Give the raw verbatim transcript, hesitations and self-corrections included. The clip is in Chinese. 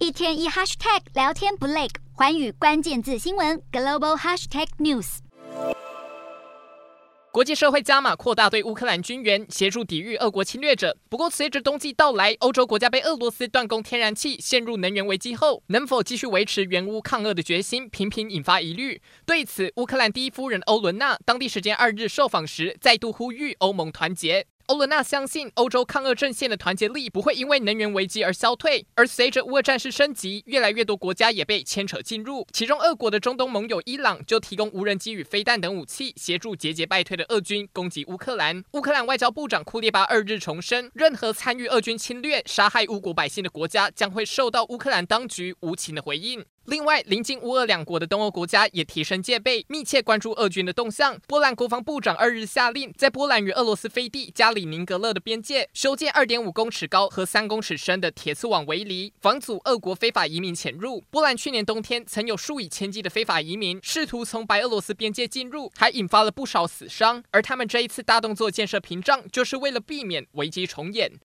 一天一 hashtag 聊天不累，寰宇关键字新闻 global hashtag news。 国际社会加码扩大对乌克兰军援，协助抵御俄国侵略者。不过，随着冬季到来，欧洲国家被俄罗斯断供天然气，陷入能源危机后，能否继续维持援乌抗俄的决心，频频引发疑虑。对此，乌克兰第一夫人欧伦娜当地时间二日受访时，再度呼吁欧盟团结。欧伦娜相信，欧洲抗俄阵线的团结力不会因为能源危机而消退，而随着乌俄战事升级，越来越多国家也被牵扯进入。其中，俄国的中东盟友伊朗就提供无人机与飞弹等武器，协助节节败退的俄军攻击乌克兰。乌克兰外交部长库列巴二日重申，任何参与俄军侵略、杀害乌国百姓的国家，将会受到乌克兰当局无情的回应。另外，邻近乌俄两国的东欧国家也提升戒备，密切关注俄军的动向。波兰国防部长二日下令，在波兰与俄罗斯飞地加里宁格勒的边界修建二点五公尺高和三公尺深的铁丝网围篱，防阻俄国非法移民潜入。波兰去年冬天曾有数以千计的非法移民试图从白俄罗斯边界进入，还引发了不少死伤。而他们这一次大动作建设屏障，就是为了避免危机重演。